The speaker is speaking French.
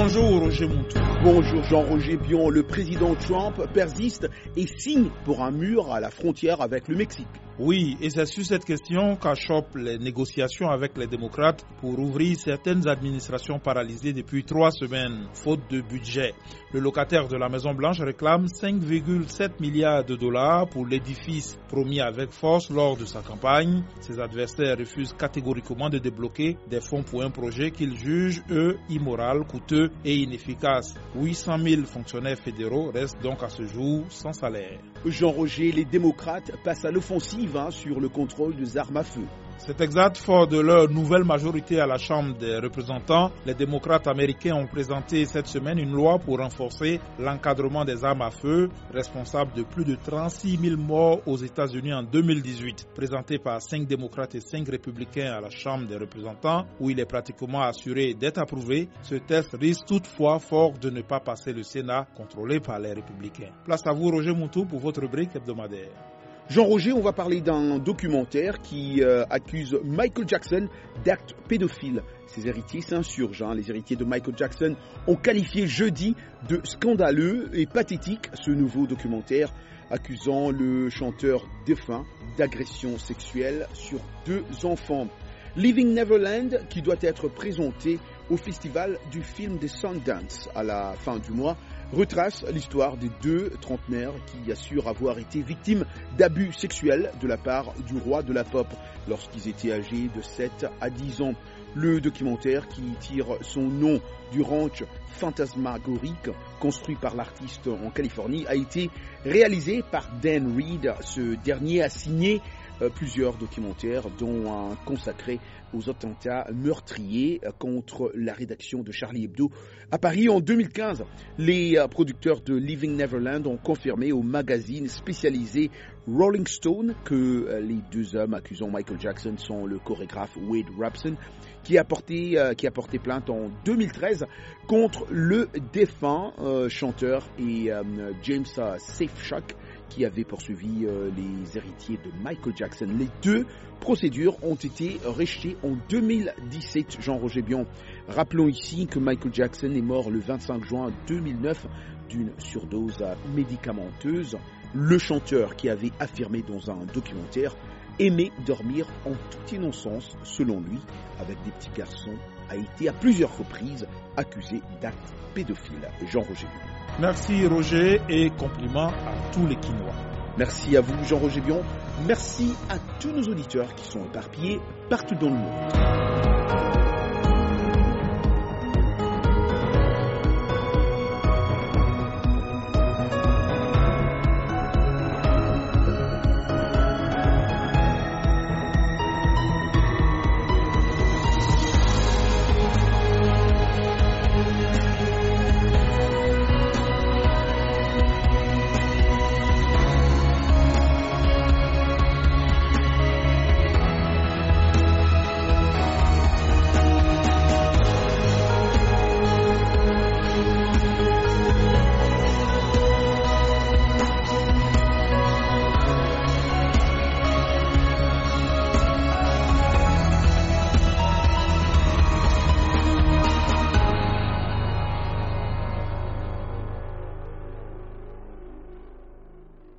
Bonjour Roger Moutou. Bonjour Jean-Roger Bion. Le président Trump persiste et signe pour un mur à la frontière avec le Mexique. Oui, et c'est sur cette question qu'achoppent les négociations avec les démocrates pour ouvrir certaines administrations paralysées depuis 3 semaines, faute de budget. Le locataire de la Maison-Blanche réclame 5,7 milliards de dollars pour l'édifice promis avec force lors de sa campagne. Ses adversaires refusent catégoriquement de débloquer des fonds pour un projet qu'ils jugent, eux, immoral, coûteux et inefficace. 800 000 fonctionnaires fédéraux restent donc à ce jour sans salaire. Jean-Roger, les démocrates passent à l'offensive sur le contrôle des armes à feu. C'est exact, fort de leur nouvelle majorité à la Chambre des représentants, les démocrates américains ont présenté cette semaine une loi pour renforcer l'encadrement des armes à feu, responsable de plus de 36 000 morts aux États-Unis en 2018. Présenté par 5 démocrates et 5 républicains à la Chambre des représentants, où il est pratiquement assuré d'être approuvé, ce texte risque toutefois fort de ne pas passer le Sénat, contrôlé par les républicains. Place à vous, Roger Moutou, pour votre rubrique hebdomadaire. Jean-Roger, on va parler d'un documentaire qui accuse Michael Jackson d'actes pédophiles. Ses héritiers s'insurgent. Les héritiers de Michael Jackson ont qualifié jeudi de scandaleux et pathétique ce nouveau documentaire accusant le chanteur défunt d'agression sexuelle sur 2 enfants. Living Neverland, qui doit être présenté au festival du film des Sundance à la fin du mois, retrace l'histoire des 2 trentenaires qui assurent avoir été victimes d'abus sexuels de la part du roi de la pop lorsqu'ils étaient âgés de 7 à 10 ans. Le documentaire, qui tire son nom du ranch fantasmagorique construit par l'artiste en Californie, a été réalisé par Dan Reed. Ce dernier a signé plusieurs documentaires, dont un consacré aux attentats meurtriers contre la rédaction de Charlie Hebdo à Paris en 2015. Les producteurs de Living Neverland ont confirmé au magazine spécialisé Rolling Stone que les 2 hommes accusant Michael Jackson sont le chorégraphe Wade Robson, qui a porté plainte en 2013 contre le défunt chanteur et James Safechuck, qui avait poursuivi les héritiers de Michael Jackson. Les 2 procédures ont été rejetées en 2017, Jean-Roger Bion. Rappelons ici que Michael Jackson est mort le 25 juin 2009 d'une surdose médicamenteuse. Le chanteur, qui avait affirmé dans un documentaire aimer dormir en toute innocence, selon lui, avec des petits garçons, a été à plusieurs reprises accusé d'actes pédophiles. Jean-Roger Bion. Merci Roger et compliments à tous les Quinois. Merci à vous Jean-Roger Bion. Merci à tous nos auditeurs qui sont éparpillés partout dans le monde.